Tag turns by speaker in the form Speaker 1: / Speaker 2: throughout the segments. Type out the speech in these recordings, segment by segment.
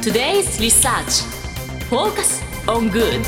Speaker 1: Today's Research Focus on Good。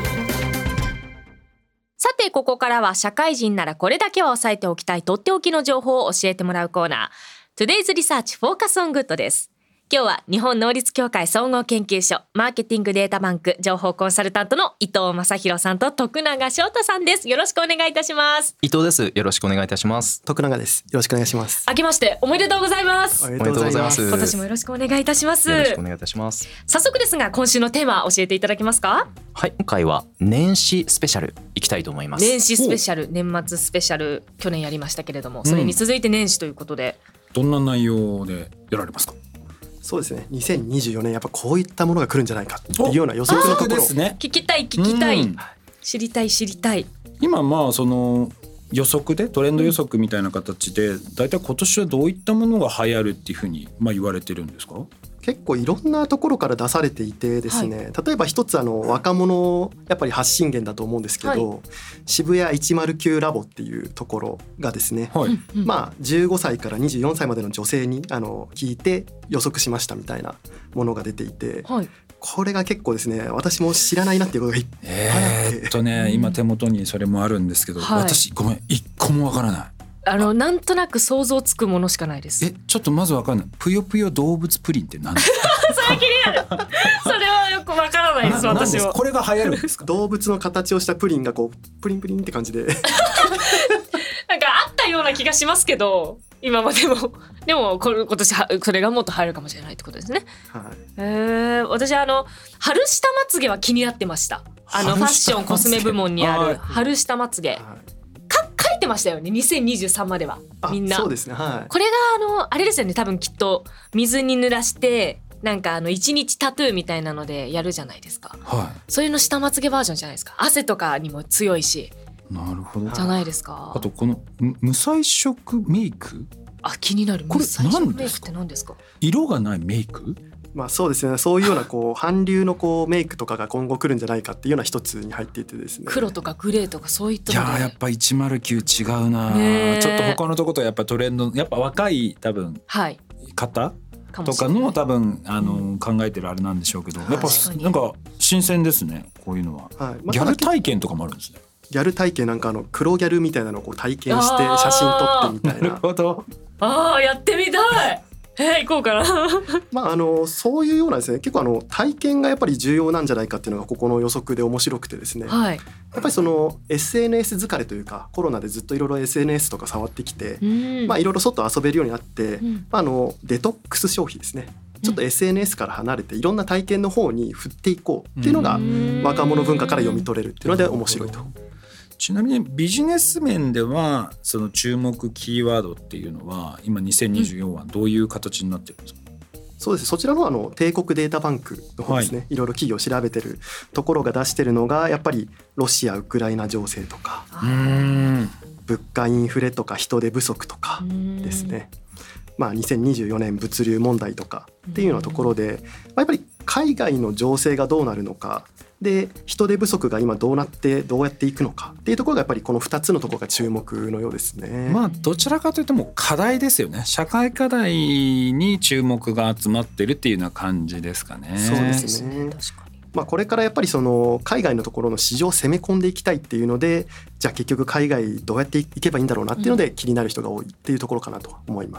Speaker 1: さてここからは社会人ならこれだけは押さえておきたいとっておきの情報を教えてもらうコーナー Today's Research Focus on Good です。今日は日本能率協会総合研究所マーケティングデータバンク情報コンサルタントの伊藤正弘さんと徳永翔太さんです。よろしくお願いいたします。
Speaker 2: 伊藤です。よろしくお願いいたします。
Speaker 3: 徳永です。よろしくお願いします。
Speaker 1: 明けましておめでとうございます。
Speaker 3: おめでとうございます。
Speaker 1: 今年もよろしくお願いいたします。
Speaker 2: よろしくお願いいたします。
Speaker 1: 早速ですが今週のテーマ教えていただけますか？
Speaker 2: はい、今回は年始スペシャルいきたいと思います。
Speaker 1: 年始スペシャル、年末スペシャル去年やりましたけれども、それに続いて年始ということで、
Speaker 4: どんな内容でやられますか？
Speaker 3: そうですね、2024年やっぱこういったものが来るんじゃないかっていうような予測のところ
Speaker 4: ですね。
Speaker 1: 聞きたい、知りたい。
Speaker 4: 今まあその予測でトレンド予測みたいな形でだいたい今年はどういったものが流行るっていうふうに言われてるんですか？
Speaker 3: 結構いろんなところから出されていてですね、例えば一つ若者やっぱり発信源だと思うんですけど、渋谷109ラボっていうところがですね、15歳から24歳までの女性に聞いて予測しましたみたいなものが出ていて、これが結構ですね私も知らないなっていうことがいっぱいあって、
Speaker 4: 今手元にそれもあるんですけど、私ごめん一個もわからない。
Speaker 1: なんとなく想像つくものしかないです。
Speaker 4: ちょっとまずわかんない。ぷよぷよ動物プリンって何ですか？
Speaker 1: それ気になる。それはよくわからないです私は。
Speaker 4: これが流行るんですか？
Speaker 3: 動物の形をしたプリンがこうプリンプリンって感じでなんか
Speaker 1: あったような気がしますけど今までもでも今年それがもっと流行るかもしれないってことですね。私春下まつげは気になってました。ファッションコスメ部門にある春下まつげ、書いてましたよね2023まではみんな。
Speaker 3: そうですね、
Speaker 1: これがあれですよね、多分きっと水に濡らしてなんか1日タトゥーみたいなのでやるじゃないですか、そういうの下まつげバージョンじゃないですか。汗とかにも強いし。
Speaker 4: なるほど
Speaker 1: じゃないですか。
Speaker 4: あとこの無彩色メイク、
Speaker 1: 気になる。
Speaker 4: これ
Speaker 1: 無彩色メイクって何ですか？
Speaker 4: 色がないメイク。
Speaker 3: そうですね、そういうような韓流のメイクとかが今後来るんじゃないかっていうような一つに入っていてですね、
Speaker 1: 黒とかグレーとかそういったので。
Speaker 4: やっぱ109違うな、ちょっと他のとことやっぱトレンド、やっぱ若い多分方とかの多分考えてるあれなんでしょうけど、やっぱなんか新鮮ですねこういうのは。ギャル体験とかもあるんですね。
Speaker 3: ギャル体験なんか黒ギャルみたいなのを体験して写真撮ってみたいな。
Speaker 4: なるほど。
Speaker 1: やってみたい。行こうかな。
Speaker 3: そういうようなですね、結構体験がやっぱり重要なんじゃないかっていうのがここの予測で面白くてですね、やっぱりその SNS 疲れというかコロナでずっといろいろ SNS とか触ってきて、いろいろ外遊べるようになって、デトックス消費ですね、ちょっと SNS から離れていろんな体験の方に振っていこうっていうのが若者文化から読み取れるっていうので面白いと。
Speaker 4: ちなみにビジネス面ではその注目キーワードっていうのは今2024はどういう形になってるんですか？
Speaker 3: そうです、そちらの帝国データバンクの方ですね、いろいろ企業を調べてるところが出してるのがやっぱりロシア・ウクライナ情勢とか物価インフレとか人手不足とかですね、2024年物流問題とかっていうようなところで、やっぱり海外の情勢がどうなるのかで人手不足が今どうなってどうやっていくのかっていうところがやっぱりこの2つのところが注目のようですね。
Speaker 4: どちらかというともう課題ですよね。社会課題に注目が集まってるっていうような感じですかね。
Speaker 3: そうですね、確かに。これからやっぱりその海外のところの市場を攻め込んでいきたいっていうので、じゃあ結局海外どうやっていけばいいんだろうなっていうので気になる人が多いっていうところかなと思います。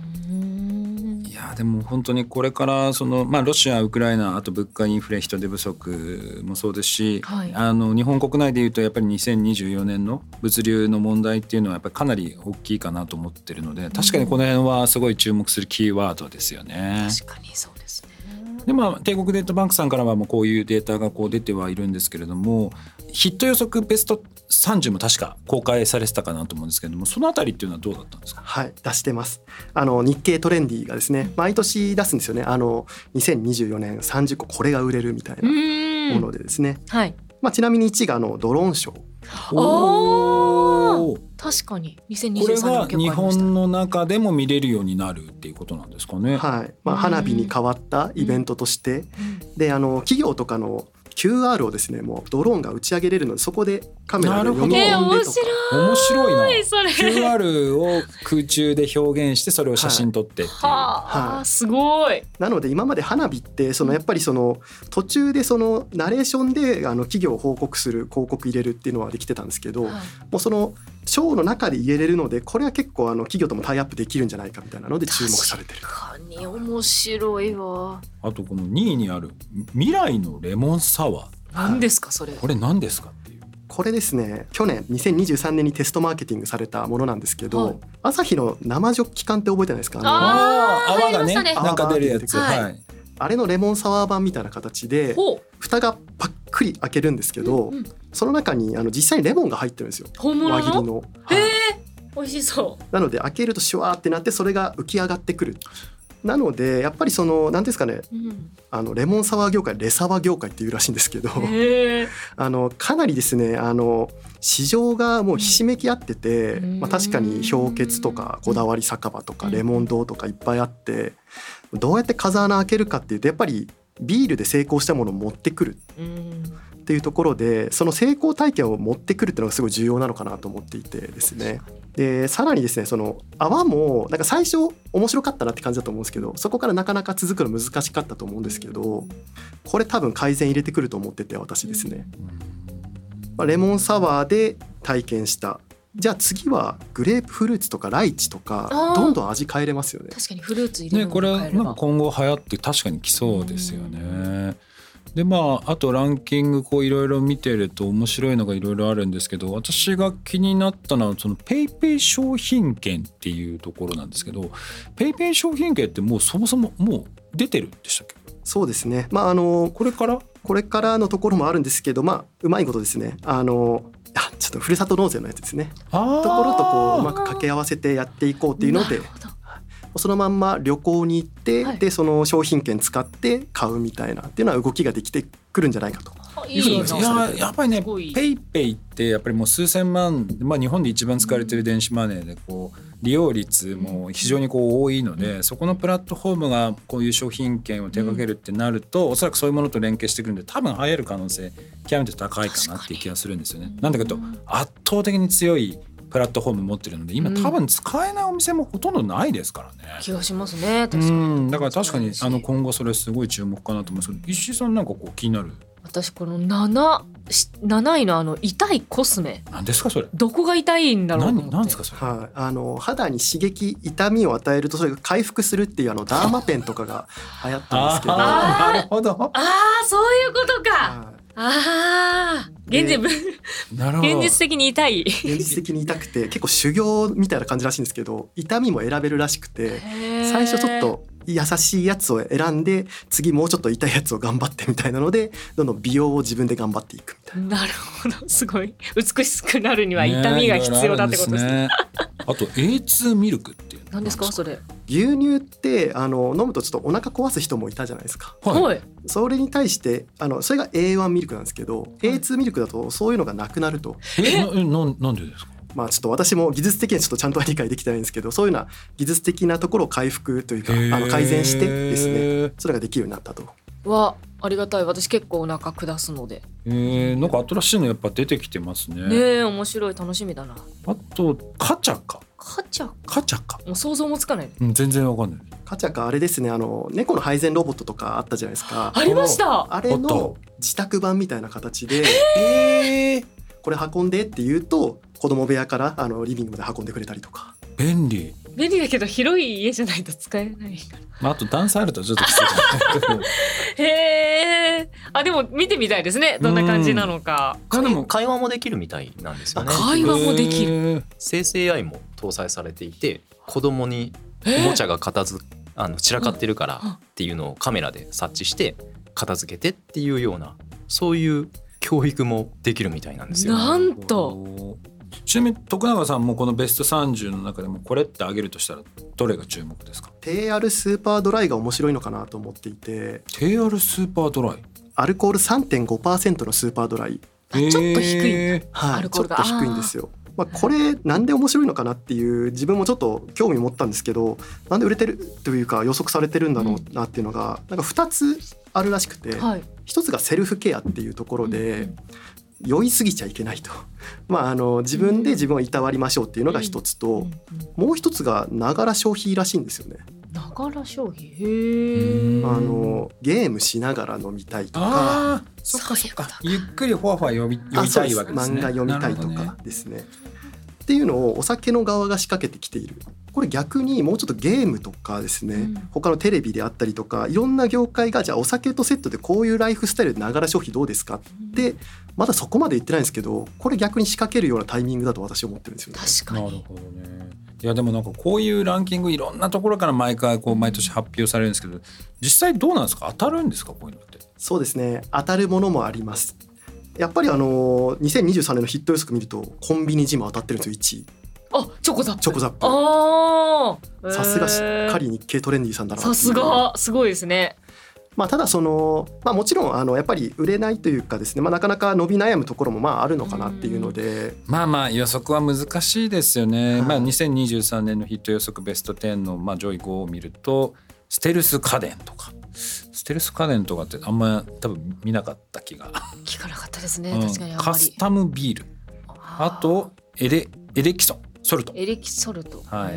Speaker 4: でも本当にこれからロシアウクライナ、あと物価インフレ人手不足もそうですし、日本国内でいうとやっぱり2024年の物流の問題っていうのはやっぱりかなり大きいかなと思ってるので、確かにこの辺はすごい注目するキーワードですよね。
Speaker 1: 確かにそうですね。
Speaker 4: で帝国データバンクさんからはもうこういうデータが出てはいるんですけれども、ヒット予測ベスト30も確か公開されてたかなと思うんですけれども、そのあたりっていうのはどうだったんですか？
Speaker 3: 出してます。日経トレンディがですね毎年出すんですよね。2024年30個これが売れるみたいなものでですね、ちなみに1位がドローンショー。
Speaker 1: 確かに2023年
Speaker 4: これが日本の中でも見れるようになるっていうことなんですかね。
Speaker 3: 花火に変わったイベントとして、で企業とかの QR をですねもうドローンが打ち上げれるのでそこでカメラで読み込んでとか。
Speaker 4: 面白いな。
Speaker 1: それ
Speaker 4: QR を空中で表現してそれを写真撮ってっていう、
Speaker 1: はあ、すごい。
Speaker 3: なので今まで花火ってやっぱり途中でナレーションで企業を報告する広告入れるっていうのはできてたんですけど、もうショーの中で言えれるので、これは結構企業ともタイアップできるんじゃないかみたいなので注目されてる。
Speaker 1: 確かに面白いわ。
Speaker 4: あとこの2位にある未来のレモンサワー、
Speaker 1: 何ですかそれ。
Speaker 4: これ何ですかっていう。
Speaker 3: これですね、去年2023年にテストマーケティングされたものなんですけど、朝日の生ジョッキ缶って覚えてないですか？
Speaker 4: 泡がね、
Speaker 1: ね、
Speaker 4: なんか出るやつ、
Speaker 3: あれのレモンサワー版みたいな形で蓋がパックリ開けるんですけど、その中に実際にレモンが入ってるんですよ。
Speaker 1: 本物の
Speaker 3: 輪切りの。
Speaker 1: 美味しそう。
Speaker 3: なので開けるとシュワーってなって、それが浮き上がってくる。なのでやっぱり何ですかね、レモンサワー業界レサワー業界っていうらしいんですけど、かなりですね市場がもうひしめき合ってて、確かに氷結とかこだわり酒場とかレモン堂とかいっぱいあって、どうやって風穴開けるかっていうと、やっぱりビールで成功したものを持ってくるっていうところで、その成功体験を持ってくるっていうのがすごい重要なのかなと思っていてですね。でさらにですね、泡もなんか最初面白かったなって感じだと思うんですけど、そこからなかなか続くの難しかったと思うんですけど、これ多分改善入れてくると思ってて、私ですね、レモンサワーで体験した。じゃあ次はグレープフルーツとかライチとか、どんどん味変えれますよね。
Speaker 1: 確かにフルーツ入れるのも変えれば、
Speaker 4: これなんか今後流行って確かに来そうですよね。であとランキングいろいろ見てると面白いのがいろいろあるんですけど、私が気になったのはペイペイ商品券っていうところなんですけど、ペイペイ商品券ってもうそもそももう出てるんでしたっけ？
Speaker 3: そうですね、これからのところもあるんですけど、うまいことですね、ちょっとふるさと納税のやつですね、ところとうまく掛け合わせてやっていこうっていうので、そのまんま旅行に行って、でその商品券使って買うみたいなっていうのは動きができてくるんじゃないかというふうに予想されている。
Speaker 4: やっぱりね、ペイペイってやっぱりもう数千万、日本で一番使われている電子マネーで利用率も非常に多いので、そこのプラットフォームがこういう商品券を手掛けるってなると、おそらくそういうものと連携してくるんで、多分流行る可能性極めて高いかなっていう気がするんですよね。なんだけど圧倒的に強いプラットフォーム持ってるので、今多分使えないお店もほとんどないですからね。
Speaker 1: 気がしますね。確かに。
Speaker 4: だから確かに今後それすごい注目かなと思うんですけど、石井さんなんか気になる？
Speaker 1: 私この7位の痛いコスメ、
Speaker 4: 何ですかそれ？ど
Speaker 1: こが痛いんだろうと思って。
Speaker 3: 何ですかそれ？肌に刺激痛みを与えるとそれが回復するっていうダーマペンとかが流行ったんですけど
Speaker 4: なるほど。
Speaker 1: そういうことか。現実的に痛い。
Speaker 3: 現実的に痛くて結構修行みたいな感じらしいんですけど、痛みも選べるらしくて、最初ちょっと優しいやつを選んで、次もうちょっと痛いやつを頑張ってみたいなので、どんどん美容を自分で頑張っていくみたいな。
Speaker 1: なるほど、すごい美しくなるには痛みが必要だってことですね。
Speaker 4: あと A2 ミルクっていう
Speaker 1: 何ですかそれ？
Speaker 3: 牛乳って飲むとちょっとお腹壊す人もいたじゃないですか。それに対してそれが A1 ミルクなんですけど、A2 ミルクだとそういうのがなくなると。
Speaker 4: なんでですか？
Speaker 3: ちょっと私も技術的にはちょっとちゃんとは理解できてないんですけど、そういうような技術的なところを回復というか改善してですね、それができるようになったと。
Speaker 1: ありがたい。私結構お腹下すので。
Speaker 4: なんか新しいのやっぱ出てきてますね。
Speaker 1: 面白い、楽しみだな。
Speaker 4: あとカチャカ
Speaker 1: もう想像もつかない。
Speaker 4: 全然わかんない。
Speaker 3: カチャカあれですね、猫の配膳ロボットとかあったじゃないですか。
Speaker 1: ありました。
Speaker 3: あれの自宅版みたいな形で、これ運んでって言うと子供部屋からリビングまで運んでくれたりとか。
Speaker 4: 便利
Speaker 1: だけど広い家じゃないと使えないから。
Speaker 4: あと段差あるとちょっときついかも。
Speaker 1: でも見てみたいですね、どんな感じなのか。
Speaker 2: 会話もできるみたいなんですよね。
Speaker 1: 会話もできる。
Speaker 2: 生成 AI も搭載されていて、子供におもちゃが散らかってるからっていうのをカメラで察知して片付けてっていうような、そういう教育もできるみたいなんですよ。
Speaker 1: なんと。
Speaker 4: ちなみに徳永さんもこのベスト30の中でもこれってあげるとしたらどれが注目ですか？
Speaker 3: 低アルスーパードライが面白いのかなと思っていて。
Speaker 4: 低アルスーパードライ、
Speaker 3: アルコール 3.5% のスーパードライ。
Speaker 1: ちょっと低いんだ。
Speaker 3: はい、ちょっと低いんですよ。これなんで面白いのかなっていう自分もちょっと興味持ったんですけど、なんで売れてるというか予測されてるんだろうなっていうのがなんか2つあるらしくて、1つがセルフケアっていうところで、 酔いすぎちゃいけないと、自分で自分をいたわりましょうっていうのが一つと、もう一つがながら消費らしいんですよね。
Speaker 1: ながら消費、へ
Speaker 3: ー。ゲームしながら飲みたいとか、
Speaker 4: そっかそっか、ゆっくりほわほわ読みたいわけですね。
Speaker 3: 漫画読みたいとかですね。っていうのをお酒の側が仕掛けてきている。これ逆にもうちょっとゲームとかですね、他のテレビであったりとかいろんな業界がじゃあお酒とセットでこういうライフスタイルでながら消費どうですかってまだそこまで言ってないんですけど、これ逆に仕掛けるようなタイミングだと私は思ってるんですよね。
Speaker 1: 確かに。
Speaker 4: なるほどね。いやでもなんかこういうランキングいろんなところから毎回毎年発表されるんですけど、実際どうなんですか、当たるんですか、こういうのって。
Speaker 3: そうですね、当たるものもあります。やっぱり2023年のヒット予測見るとコンビニジム当たってるんですよ、1位。
Speaker 1: チョコザップ。
Speaker 3: チョコザップ。さすがしっかり日経トレンディさんだな。
Speaker 1: さすがすごいですね。
Speaker 3: ただもちろんやっぱり売れないというかですね、なかなか伸び悩むところもあるのかなっていうので、
Speaker 4: 予測は難しいですよね。2023年のヒット予測ベスト10の上位5を見ると、ステルス家電とかってあんま多分見なかった気が。
Speaker 1: 聞かなかったですね。確かにあんまり。
Speaker 4: カスタムビール、あとエレキソルト、はい、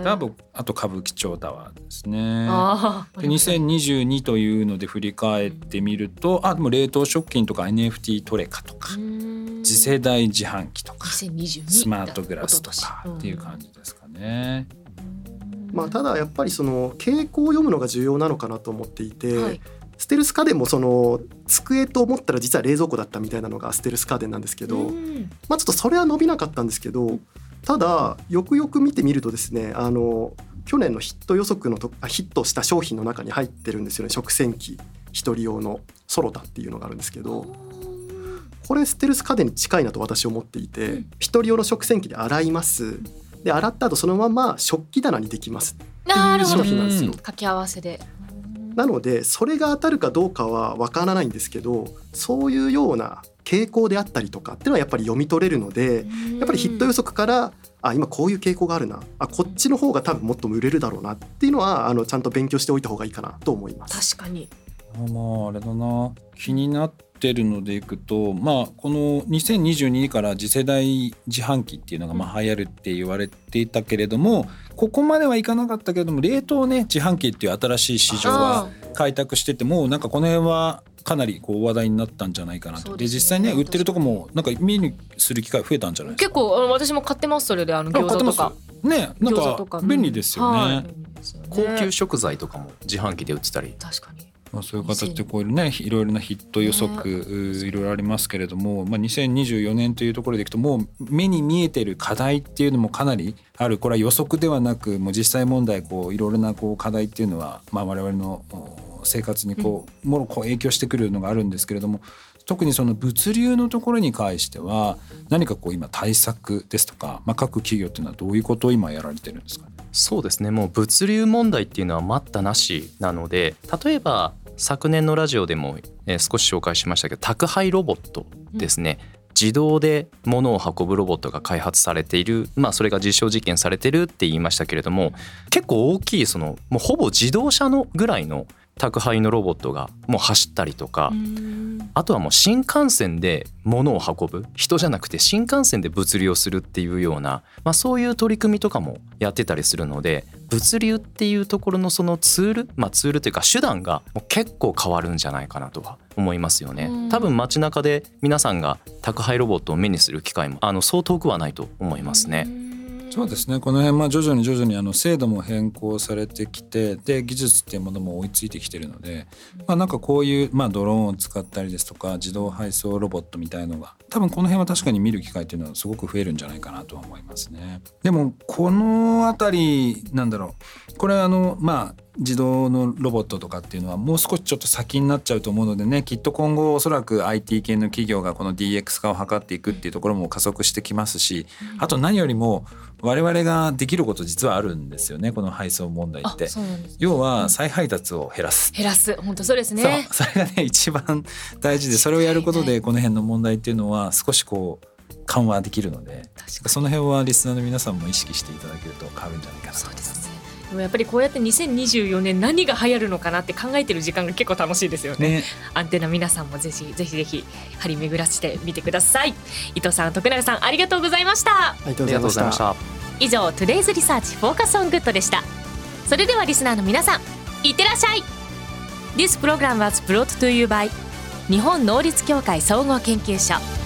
Speaker 4: あと歌舞伎町タワーですね。で2022というので振り返ってみると、でも冷凍食品とか NFT トレカとか次世代自販機とかスマートグラスとかっていう感じですかね。
Speaker 3: ただやっぱり傾向を読むのが重要なのかなと思っていて、ステルス家電も机と思ったら実は冷蔵庫だったみたいなのがステルス家電なんですけど、ちょっとそれは伸びなかったんですけど、ただよくよく見てみるとですね、去年のヒット予測のヒットした商品の中に入ってるんですよね。食洗機一人用のソロタっていうのがあるんですけど、これステルス家電に近いなと私は思っていて、一人用の食洗機で洗います。で洗った後そのまま食器棚にできますっていう商品なんですよ。
Speaker 1: 掛け合わせで。
Speaker 3: なのでそれが当たるかどうかは分からないんですけど、そういうような傾向であったりとかっていうのはやっぱり読み取れるので、やっぱりヒット予測から今こういう傾向があるな、こっちの方が多分もっと売れるだろうなっていうのはちゃんと勉強しておいた方がいいかなと思います。
Speaker 1: 確かに。
Speaker 4: あれだな、気になってるのでいくと、この2022から次世代自販機っていうのが流行るって言われていたけれども、ここまではいかなかったけれども、冷凍自販機っていう新しい市場が開拓してて、もうなんかこの辺はかなり話題になったんじゃないかなと。で実際売ってるとこもなんか目にする機会増えたんじゃないですか。
Speaker 1: 結構私も買ってます。それで餃子とか
Speaker 4: ね、なんか便利ですよね。
Speaker 2: 高級食材とかも自販機で売ってたり。
Speaker 1: 確かに。
Speaker 4: そういう形でこういういろいろなヒット予測いろいろありますけれども、2024年というところでいくと、もう目に見えてる課題っていうのもかなりある。これは予測ではなく、もう実際問題いろいろな課題っていうのは我々の生活にもろ影響してくるのがあるんですけれども、特にその物流のところに関しては何か今対策ですとか、各企業っていうのはどういうことを今やられてるんですかね。
Speaker 2: そうですね、もう物流問題っていうのは待ったなしなので、例えば昨年のラジオでも少し紹介しましたけど、宅配ロボットですね、自動で物を運ぶロボットが開発されている、それが実証実験されてるって言いましたけれども、結構大きいもうほぼ自動車のぐらいの宅配のロボットがもう走ったりとか、あとはもう新幹線で物を運ぶ、人じゃなくて新幹線で物流をするっていうような、そういう取り組みとかもやってたりするので、物流っていうところのそのツールというか手段がもう結構変わるんじゃないかなとは思いますよね。多分街中で皆さんが宅配ロボットを目にする機会もそう遠くはないと思いますね。
Speaker 4: そうですね、この辺徐々に制度も変更されてきて、で技術っていうものも追いついてきてるので、なんかこういうドローンを使ったりですとか自動配送ロボットみたいのが多分この辺は確かに見る機会っていうのはすごく増えるんじゃないかなとは思いますね。でもこのあたりこれ自動のロボットとかっていうのはもう少しちょっと先になっちゃうと思うのでね、きっと今後おそらく IT 系の企業がこの DX 化を図っていくっていうところも加速してきますし、あと何よりも我々ができること実はあるんですよね、この配送問題って。要は再配達を減らす、
Speaker 1: 本当そうですね。
Speaker 4: それがね一番大事で、それをやることでこの辺の問題っていうのは少し緩和できるので、その辺はリスナーの皆さんも意識していただけると変わるんじゃないかなと思います。
Speaker 1: でもやっぱりこうやって2024年何が流行るのかなって考えてる時間が結構楽しいですよね。アンテナ皆さんもぜひ張り巡らしてみてください。伊藤さん、徳永さん、ありがとうございました。
Speaker 3: ありがとうございました。
Speaker 1: 以上、トゥデイズリサーチフォーカスオングッドでした。それではリスナーの皆さん、いってらっしゃい。 This program was brought to you by 日本能率協会総合研究所。